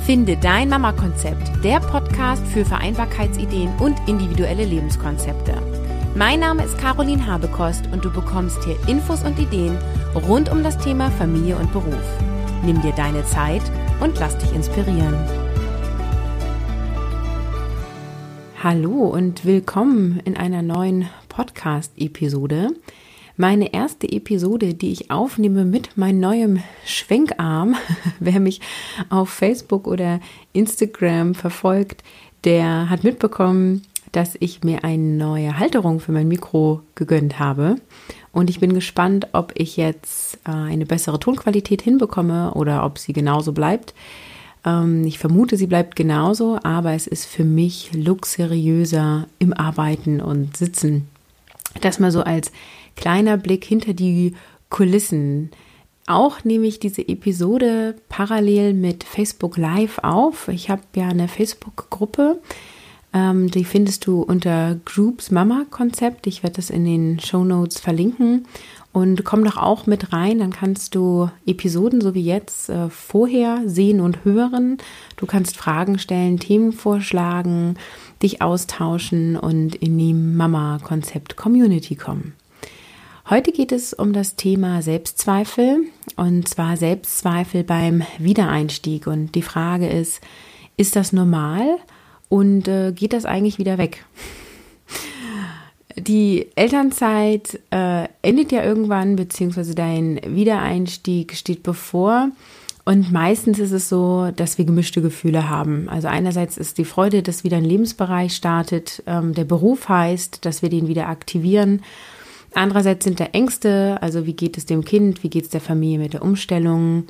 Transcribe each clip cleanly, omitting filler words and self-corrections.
Finde dein Mama-Konzept, der Podcast für Vereinbarkeitsideen und individuelle Lebenskonzepte. Mein Name ist Caroline Habekost und du bekommst hier Infos und Ideen rund um das Thema Familie und Beruf. Nimm dir deine Zeit und lass dich inspirieren. Hallo und willkommen in einer neuen Podcast-Episode. Meine erste Episode, die ich aufnehme mit meinem neuen Schwenkarm. Wer mich auf Facebook oder Instagram verfolgt, der hat mitbekommen, dass ich mir eine neue Halterung für mein Mikro gegönnt habe. Und ich bin gespannt, ob ich jetzt eine bessere Tonqualität hinbekomme oder ob sie genauso bleibt. Ich vermute, sie bleibt genauso, aber es ist für mich luxuriöser im Arbeiten und Sitzen. Das mal so als kleiner Blick hinter die Kulissen. Auch nehme ich diese Episode parallel mit Facebook Live auf. Ich habe ja eine Facebook-Gruppe, die findest du unter Groups Mama Konzept. Ich werde das in den Shownotes verlinken. Und komm doch auch mit rein, dann kannst du Episoden, so wie jetzt, vorher sehen und hören. Du kannst Fragen stellen, Themen vorschlagen, dich austauschen und in die Mama-Konzept-Community kommen. Heute geht es um das Thema Selbstzweifel, und zwar Selbstzweifel beim Wiedereinstieg. Und die Frage ist das normal und geht das eigentlich wieder weg? Die Elternzeit endet ja irgendwann, beziehungsweise dein Wiedereinstieg steht bevor. Und meistens ist es so, dass wir gemischte Gefühle haben. Also einerseits ist die Freude, dass wieder ein Lebensbereich startet. Der Beruf heißt, dass wir den wieder aktivieren. Andererseits sind da Ängste, also wie geht es dem Kind, wie geht es der Familie mit der Umstellung,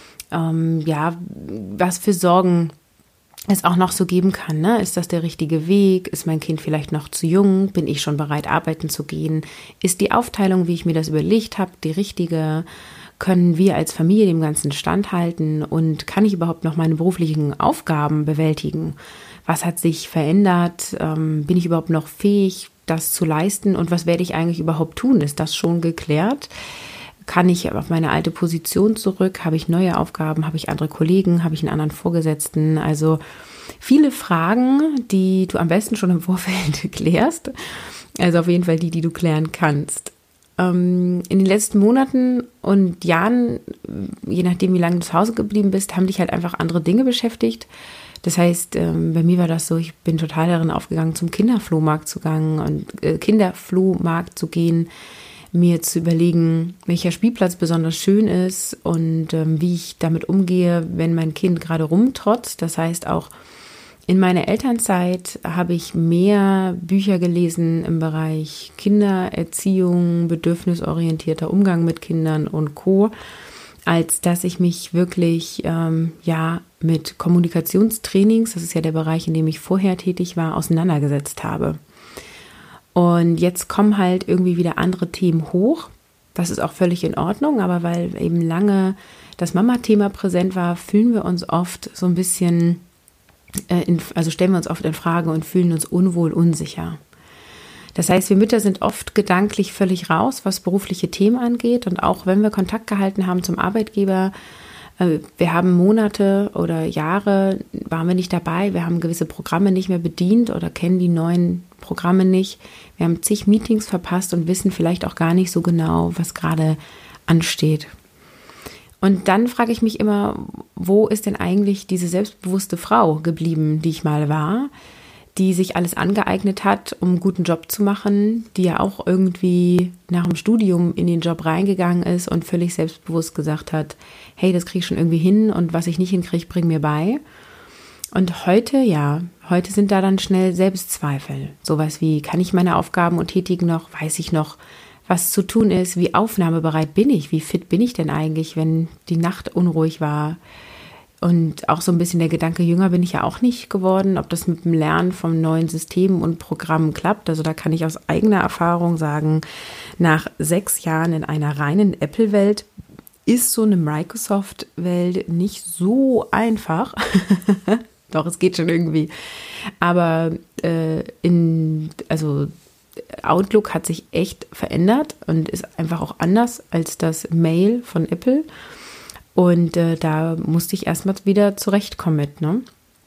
was für Sorgen es auch noch so geben kann. Ne? Ist das der richtige Weg? Ist mein Kind vielleicht noch zu jung? Bin ich schon bereit, arbeiten zu gehen? Ist die Aufteilung, wie ich mir das überlegt habe, die richtige? Können wir als Familie dem Ganzen standhalten? Und kann ich überhaupt noch meine beruflichen Aufgaben bewältigen? Was hat sich verändert? Bin ich überhaupt noch fähig, das zu leisten? Und was werde ich eigentlich überhaupt tun? Ist das schon geklärt? Kann ich auf meine alte Position zurück? Habe ich neue Aufgaben? Habe ich andere Kollegen? Habe ich einen anderen Vorgesetzten? Also viele Fragen, die du am besten schon im Vorfeld klärst. Also auf jeden Fall die du klären kannst. In den letzten Monaten und Jahren, je nachdem wie lange du zu Hause geblieben bist, haben dich halt einfach andere Dinge beschäftigt. Das heißt, bei mir war das so, ich bin total darin aufgegangen, zum Kinderflohmarkt zu gehen, mir zu überlegen, welcher Spielplatz besonders schön ist und wie ich damit umgehe, wenn mein Kind gerade rumtrotzt. Das heißt, auch in meiner Elternzeit habe ich mehr Bücher gelesen im Bereich Kindererziehung, bedürfnisorientierter Umgang mit Kindern und Co., als dass ich mich wirklich mit Kommunikationstrainings, das ist ja der Bereich, in dem ich vorher tätig war, auseinandergesetzt habe. Und jetzt kommen halt irgendwie wieder andere Themen hoch. Das ist auch völlig in Ordnung, aber weil eben lange das Mama-Thema präsent war, fühlen wir uns oft so ein bisschen, stellen wir uns oft in Frage und fühlen uns unwohl, unsicher. Das heißt, wir Mütter sind oft gedanklich völlig raus, was berufliche Themen angeht. Und auch wenn wir Kontakt gehalten haben zum Arbeitgeber, wir haben Monate oder Jahre, waren wir nicht dabei, wir haben gewisse Programme nicht mehr bedient oder kennen die neuen Programme nicht. Wir haben zig Meetings verpasst und wissen vielleicht auch gar nicht so genau, was gerade ansteht. Und dann frage ich mich immer, wo ist denn eigentlich diese selbstbewusste Frau geblieben, die ich mal war, die sich alles angeeignet hat, um einen guten Job zu machen, die ja auch irgendwie nach dem Studium in den Job reingegangen ist und völlig selbstbewusst gesagt hat, hey, das kriege ich schon irgendwie hin und was ich nicht hinkriege, bring mir bei. Und heute sind da dann schnell Selbstzweifel. Sowas wie, kann ich meine Aufgaben und Tätigen noch, weiß ich noch, was zu tun ist, wie aufnahmebereit bin ich, wie fit bin ich denn eigentlich, wenn die Nacht unruhig war. Und auch so ein bisschen der Gedanke, jünger bin ich ja auch nicht geworden, ob das mit dem Lernen von neuen Systemen und Programmen klappt. Also da kann ich aus eigener Erfahrung sagen, nach 6 Jahren in einer reinen Apple-Welt ist so eine Microsoft-Welt nicht so einfach. Doch, es geht schon irgendwie. Aber Outlook hat sich echt verändert und ist einfach auch anders als das Mail von Apple. Und da musste ich erstmal wieder zurechtkommen mit, ne?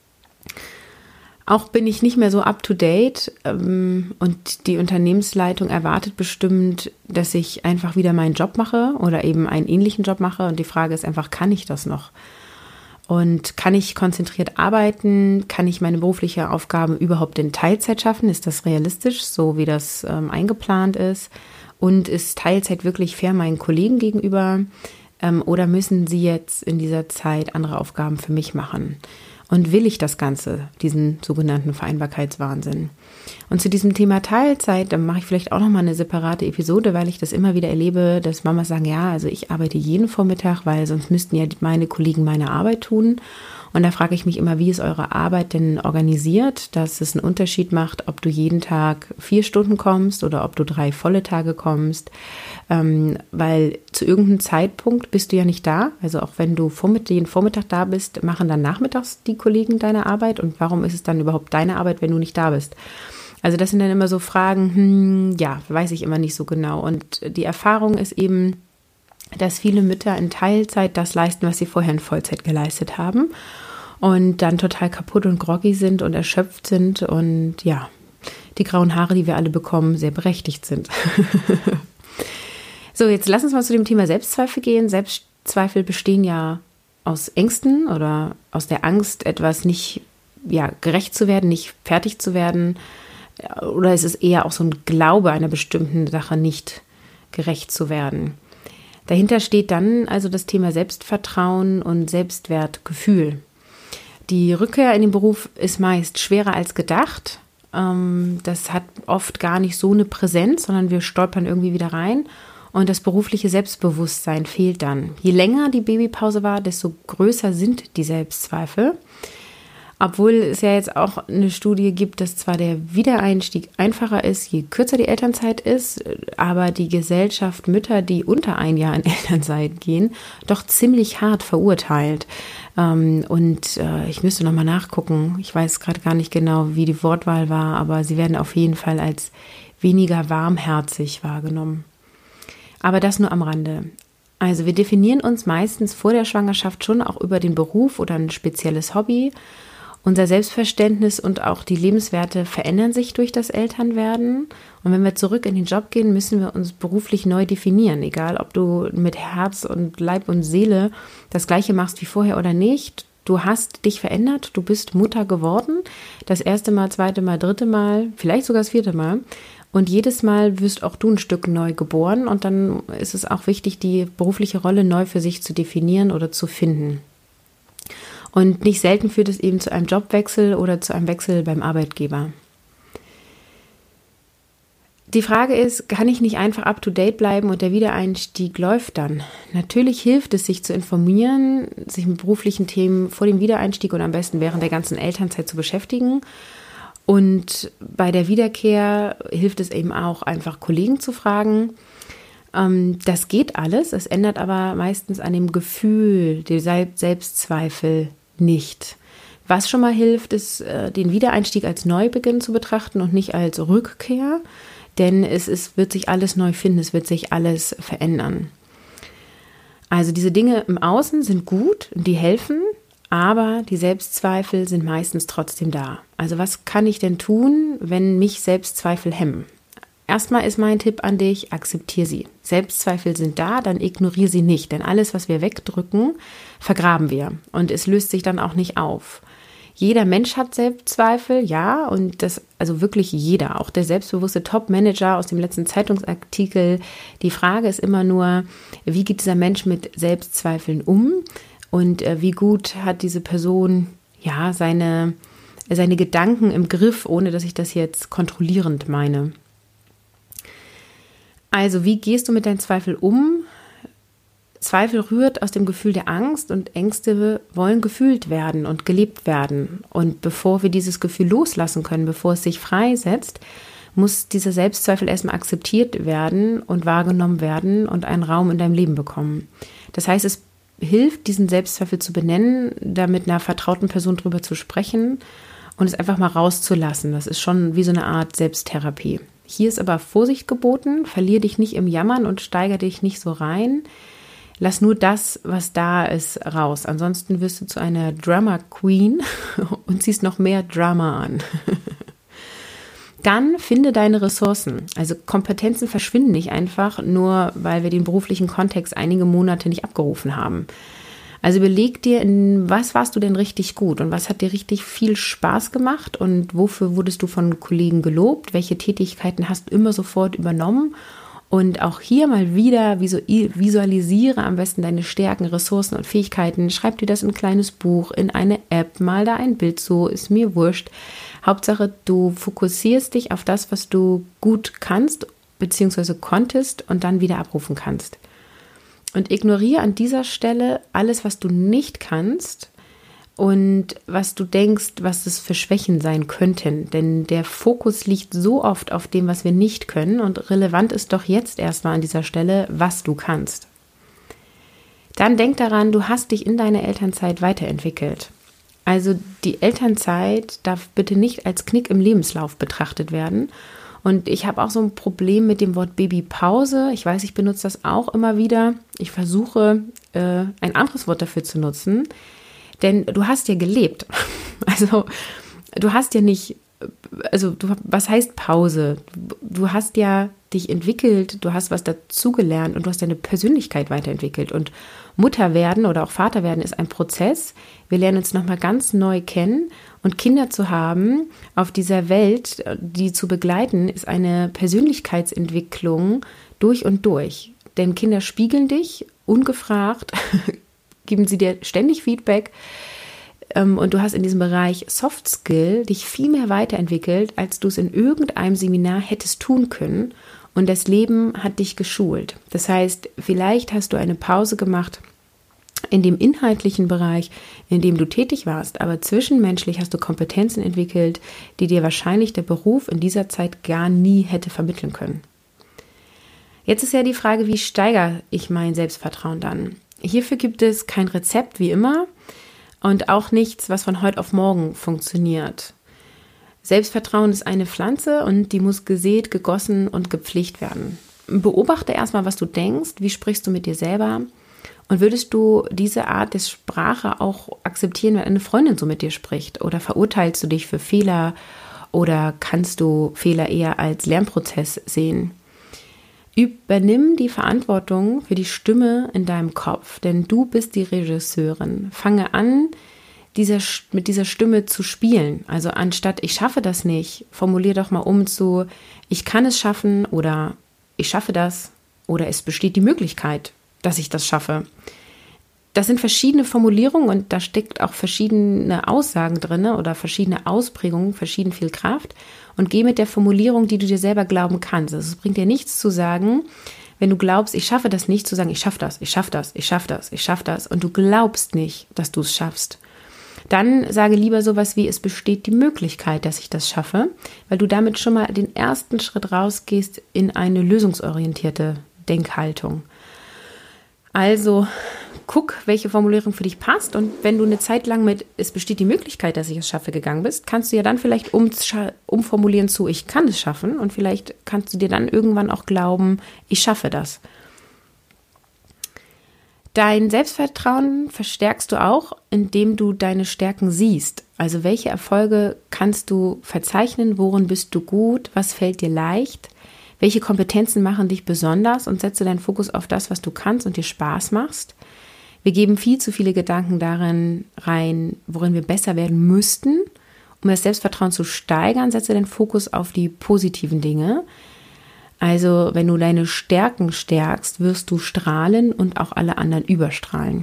Auch bin ich nicht mehr so up-to-date und die Unternehmensleitung erwartet bestimmt, dass ich einfach wieder meinen Job mache oder eben einen ähnlichen Job mache. Und die Frage ist einfach, kann ich das noch? Und kann ich konzentriert arbeiten? Kann ich meine berufliche Aufgaben überhaupt in Teilzeit schaffen? Ist das realistisch, so wie das eingeplant ist? Und ist Teilzeit wirklich fair meinen Kollegen gegenüber? Oder müssen sie jetzt in dieser Zeit andere Aufgaben für mich machen? Und will ich das Ganze, diesen sogenannten Vereinbarkeitswahnsinn? Und zu diesem Thema Teilzeit, dann mache ich vielleicht auch nochmal eine separate Episode, weil ich das immer wieder erlebe, dass Mamas sagen, ja, also ich arbeite jeden Vormittag, weil sonst müssten ja meine Kollegen meine Arbeit tun. Und da frage ich mich immer, wie ist eure Arbeit denn organisiert, dass es einen Unterschied macht, ob du jeden Tag 4 Stunden kommst oder ob du 3 volle Tage kommst, weil zu irgendeinem Zeitpunkt bist du ja nicht da. Also auch wenn du jeden Vormittag da bist, machen dann nachmittags die Kollegen deine Arbeit und warum ist es dann überhaupt deine Arbeit, wenn du nicht da bist? Also das sind dann immer so Fragen, ja, weiß ich immer nicht so genau. Und die Erfahrung ist eben, dass viele Mütter in Teilzeit das leisten, was sie vorher in Vollzeit geleistet haben und dann total kaputt und groggy sind und erschöpft sind und ja, die grauen Haare, die wir alle bekommen, sehr berechtigt sind. So, jetzt lass uns mal zu dem Thema Selbstzweifel gehen. Selbstzweifel bestehen ja aus Ängsten oder aus der Angst, etwas nicht gerecht zu werden, nicht fertig zu werden. Oder ist es eher auch so ein Glaube, einer bestimmten Sache nicht gerecht zu werden? Dahinter steht dann also das Thema Selbstvertrauen und Selbstwertgefühl. Die Rückkehr in den Beruf ist meist schwerer als gedacht. Das hat oft gar nicht so eine Präsenz, sondern wir stolpern irgendwie wieder rein. Und das berufliche Selbstbewusstsein fehlt dann. Je länger die Babypause war, desto größer sind die Selbstzweifel. Obwohl es ja jetzt auch eine Studie gibt, dass zwar der Wiedereinstieg einfacher ist, je kürzer die Elternzeit ist, aber die Gesellschaft Mütter, die unter ein Jahr in Elternzeit gehen, doch ziemlich hart verurteilt. Ich müsste nochmal nachgucken. Ich weiß gerade gar nicht genau, wie die Wortwahl war, aber sie werden auf jeden Fall als weniger warmherzig wahrgenommen. Aber das nur am Rande. Also wir definieren uns meistens vor der Schwangerschaft schon auch über den Beruf oder ein spezielles Hobby. Unser Selbstverständnis und auch die Lebenswerte verändern sich durch das Elternwerden. Und wenn wir zurück in den Job gehen, müssen wir uns beruflich neu definieren. Egal, ob du mit Herz und Leib und Seele das Gleiche machst wie vorher oder nicht. Du hast dich verändert, du bist Mutter geworden. Das 1. Mal, 2. Mal, 3. Mal, vielleicht sogar das 4. Mal. Und jedes Mal wirst auch du ein Stück neu geboren. Und dann ist es auch wichtig, die berufliche Rolle neu für sich zu definieren oder zu finden. Und nicht selten führt es eben zu einem Jobwechsel oder zu einem Wechsel beim Arbeitgeber. Die Frage ist, kann ich nicht einfach up-to-date bleiben und der Wiedereinstieg läuft dann? Natürlich hilft es, sich zu informieren, sich mit beruflichen Themen vor dem Wiedereinstieg und am besten während der ganzen Elternzeit zu beschäftigen. Und bei der Wiederkehr hilft es eben auch, einfach Kollegen zu fragen. Das geht alles, es ändert aber meistens an dem Gefühl, dem Selbstzweifel nicht. Was schon mal hilft, ist, den Wiedereinstieg als Neubeginn zu betrachten und nicht als Rückkehr, denn es wird sich alles neu finden, es wird sich alles verändern. Also diese Dinge im Außen sind gut und die helfen, aber die Selbstzweifel sind meistens trotzdem da. Also was kann ich denn tun, wenn mich Selbstzweifel hemmen? Erstmal ist mein Tipp an dich, akzeptiere sie. Selbstzweifel sind da, dann ignoriere sie nicht, denn alles, was wir wegdrücken, vergraben wir und es löst sich dann auch nicht auf. Jeder Mensch hat Selbstzweifel, ja, und das, also wirklich jeder, auch der selbstbewusste Top-Manager aus dem letzten Zeitungsartikel. Die Frage ist immer nur, wie geht dieser Mensch mit Selbstzweifeln um und wie gut hat diese Person, ja, seine Gedanken im Griff, ohne dass ich das jetzt kontrollierend meine. Also, wie gehst du mit deinen Zweifeln um? Zweifel rührt aus dem Gefühl der Angst und Ängste wollen gefühlt werden und gelebt werden. Und bevor wir dieses Gefühl loslassen können, bevor es sich freisetzt, muss dieser Selbstzweifel erstmal akzeptiert werden und wahrgenommen werden und einen Raum in deinem Leben bekommen. Das heißt, es hilft, diesen Selbstzweifel zu benennen, da mit einer vertrauten Person drüber zu sprechen und es einfach mal rauszulassen. Das ist schon wie so eine Art Selbsttherapie. Hier ist aber Vorsicht geboten, verlier dich nicht im Jammern und steigere dich nicht so rein. Lass nur das, was da ist, raus. Ansonsten wirst du zu einer Drama Queen und ziehst noch mehr Drama an. Dann finde deine Ressourcen. Also Kompetenzen verschwinden nicht einfach, nur weil wir den beruflichen Kontext einige Monate nicht abgerufen haben. Also überleg dir, in was warst du denn richtig gut und was hat dir richtig viel Spaß gemacht und wofür wurdest du von Kollegen gelobt? Welche Tätigkeiten hast du immer sofort übernommen? Und auch hier mal wieder visualisiere am besten deine Stärken, Ressourcen und Fähigkeiten. Schreib dir das in ein kleines Buch, in eine App, mal da ein Bild so, ist mir wurscht. Hauptsache, du fokussierst dich auf das, was du gut kannst bzw. konntest und dann wieder abrufen kannst. Und ignoriere an dieser Stelle alles, was du nicht kannst und was du denkst, was es für Schwächen sein könnten. Denn der Fokus liegt so oft auf dem, was wir nicht können. Und relevant ist doch jetzt erstmal an dieser Stelle, was du kannst. Dann denk daran, du hast dich in deiner Elternzeit weiterentwickelt. Also die Elternzeit darf bitte nicht als Knick im Lebenslauf betrachtet werden. Und ich habe auch so ein Problem mit dem Wort Babypause. Ich weiß, ich benutze das auch immer wieder. Ich versuche, ein anderes Wort dafür zu nutzen. Denn du hast ja gelebt. Also du hast ja nicht, was heißt Pause? Du hast ja dich entwickelt, du hast was dazugelernt und du hast deine Persönlichkeit weiterentwickelt. Und Mutter werden oder auch Vater werden ist ein Prozess. Wir lernen uns nochmal ganz neu kennen. Und Kinder zu haben auf dieser Welt, die zu begleiten, ist eine Persönlichkeitsentwicklung durch und durch. Denn Kinder spiegeln dich ungefragt, geben sie dir ständig Feedback. Und du hast in diesem Bereich Soft Skill dich viel mehr weiterentwickelt, als du es in irgendeinem Seminar hättest tun können. Und das Leben hat dich geschult. Das heißt, vielleicht hast du eine Pause gemacht in dem inhaltlichen Bereich, in dem du tätig warst, aber zwischenmenschlich hast du Kompetenzen entwickelt, die dir wahrscheinlich der Beruf in dieser Zeit gar nie hätte vermitteln können. Jetzt ist ja die Frage, wie steigere ich mein Selbstvertrauen dann? Hierfür gibt es kein Rezept wie immer und auch nichts, was von heute auf morgen funktioniert. Selbstvertrauen ist eine Pflanze und die muss gesät, gegossen und gepflegt werden. Beobachte erstmal, was du denkst, wie sprichst du mit dir selber. Und würdest du diese Art der Sprache auch akzeptieren, wenn eine Freundin so mit dir spricht? Oder verurteilst du dich für Fehler? Oder kannst du Fehler eher als Lernprozess sehen? Übernimm die Verantwortung für die Stimme in deinem Kopf, denn du bist die Regisseurin. Fange an, mit dieser Stimme zu spielen. Also anstatt ich schaffe das nicht, formulier doch mal um zu ich kann es schaffen oder ich schaffe das oder es besteht die Möglichkeit, dass ich das schaffe. Das sind verschiedene Formulierungen und da steckt auch verschiedene Aussagen drin oder verschiedene Ausprägungen, verschieden viel Kraft und geh mit der Formulierung, die du dir selber glauben kannst. Also es bringt dir nichts zu sagen, wenn du glaubst, ich schaffe das nicht, zu sagen, ich schaffe das, ich schaffe das, ich schaffe das, ich schaffe das und du glaubst nicht, dass du es schaffst. Dann sage lieber sowas wie, es besteht die Möglichkeit, dass ich das schaffe, weil du damit schon mal den ersten Schritt rausgehst in eine lösungsorientierte Denkhaltung. Also guck, welche Formulierung für dich passt und wenn du eine Zeit lang mit es besteht die Möglichkeit, dass ich es schaffe gegangen bist, kannst du ja dann vielleicht umformulieren zu ich kann es schaffen und vielleicht kannst du dir dann irgendwann auch glauben, ich schaffe das. Dein Selbstvertrauen verstärkst du auch, indem du deine Stärken siehst. Also welche Erfolge kannst du verzeichnen, worin bist du gut, was fällt dir leicht? Welche Kompetenzen machen dich besonders und setze deinen Fokus auf das, was du kannst und dir Spaß machst. Wir geben viel zu viele Gedanken darin rein, worin wir besser werden müssten. Um das Selbstvertrauen zu steigern, setze den Fokus auf die positiven Dinge. Also wenn du deine Stärken stärkst, wirst du strahlen und auch alle anderen überstrahlen.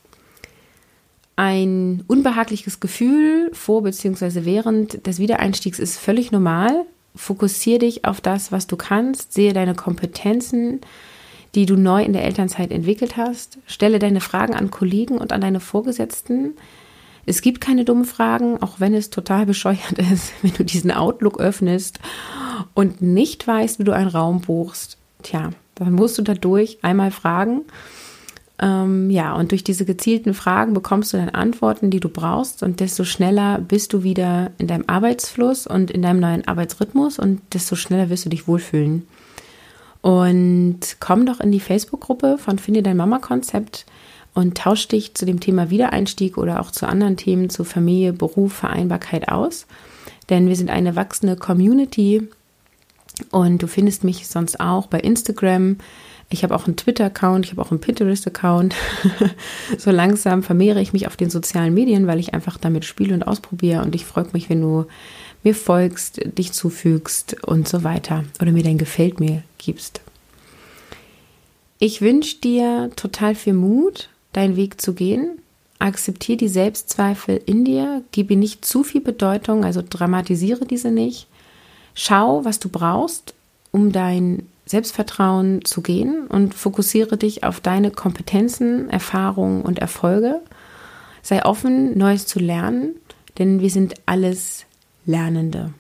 Ein unbehagliches Gefühl vor bzw. während des Wiedereinstiegs ist völlig normal. Fokussiere dich auf das, was du kannst, sehe deine Kompetenzen, die du neu in der Elternzeit entwickelt hast, stelle deine Fragen an Kollegen und an deine Vorgesetzten. Es gibt keine dummen Fragen, auch wenn es total bescheuert ist, wenn du diesen Outlook öffnest und nicht weißt, wie du einen Raum buchst. Tja, dann musst du da durch einmal fragen. Und durch diese gezielten Fragen bekommst du dann Antworten, die du brauchst und desto schneller bist du wieder in deinem Arbeitsfluss und in deinem neuen Arbeitsrhythmus und desto schneller wirst du dich wohlfühlen. Und komm doch in die Facebook-Gruppe von Finde dein Mama-Konzept und tausch dich zu dem Thema Wiedereinstieg oder auch zu anderen Themen, zu Familie, Beruf, Vereinbarkeit aus. Denn wir sind eine wachsende Community und du findest mich sonst auch bei Instagram. Ich habe auch einen Twitter-Account, ich habe auch einen Pinterest-Account. So langsam vermehre ich mich auf den sozialen Medien, weil ich einfach damit spiele und ausprobiere. Und ich freue mich, wenn du mir folgst, dich zufügst und so weiter. Oder mir dein Gefällt mir gibst. Ich wünsche dir total viel Mut, deinen Weg zu gehen. Akzeptiere die Selbstzweifel in dir. Gebe nicht zu viel Bedeutung, also dramatisiere diese nicht. Schau, was du brauchst, um dein Selbstvertrauen zu gehen und fokussiere dich auf deine Kompetenzen, Erfahrungen und Erfolge. Sei offen, Neues zu lernen, denn wir sind alles Lernende.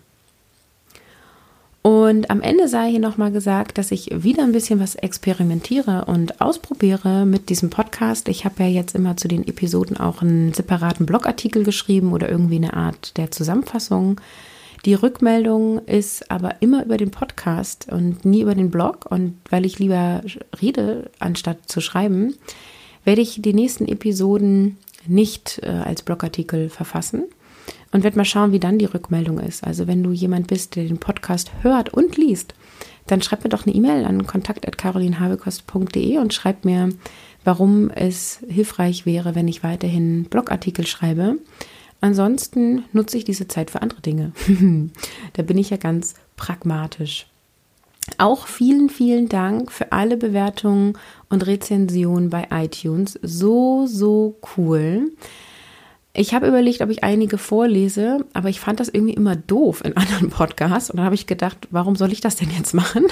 Und am Ende sei hier nochmal gesagt, dass ich wieder ein bisschen was experimentiere und ausprobiere mit diesem Podcast. Ich habe ja jetzt immer zu den Episoden auch einen separaten Blogartikel geschrieben oder irgendwie eine Art der Zusammenfassung. Die Rückmeldung ist aber immer über den Podcast und nie über den Blog. Und weil ich lieber rede, anstatt zu schreiben, werde ich die nächsten Episoden nicht als Blogartikel verfassen und werde mal schauen, wie dann die Rückmeldung ist. Also wenn du jemand bist, der den Podcast hört und liest, dann schreib mir doch eine E-Mail an kontakt@carolinhabekost.de und schreib mir, warum es hilfreich wäre, wenn ich weiterhin Blogartikel schreibe. Ansonsten nutze ich diese Zeit für andere Dinge. Da bin ich ja ganz pragmatisch. Auch vielen, vielen Dank für alle Bewertungen und Rezensionen bei iTunes. So, so cool. Ich habe überlegt, ob ich einige vorlese, aber ich fand das irgendwie immer doof in anderen Podcasts. Und dann habe ich gedacht, warum soll ich das denn jetzt machen?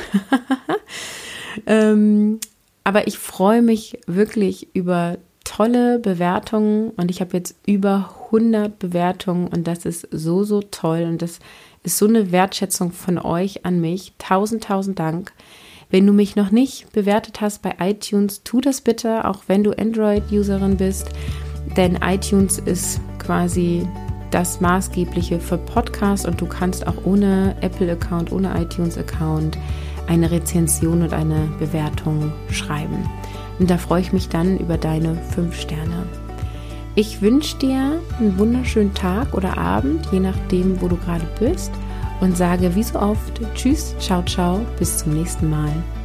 Aber ich freue mich wirklich über tolle Bewertungen und ich habe jetzt über 100 Bewertungen und das ist so, so toll und das ist so eine Wertschätzung von euch an mich. Tausend, tausend Dank. Wenn du mich noch nicht bewertet hast bei iTunes, tu das bitte, auch wenn du Android-Userin bist, denn iTunes ist quasi das Maßgebliche für Podcasts und du kannst auch ohne Apple-Account, ohne iTunes-Account eine Rezension und eine Bewertung schreiben. Und da freue ich mich dann über deine 5 Sterne. Ich wünsche dir einen wunderschönen Tag oder Abend, je nachdem, wo du gerade bist. Und sage wie so oft Tschüss, ciao, ciao, bis zum nächsten Mal.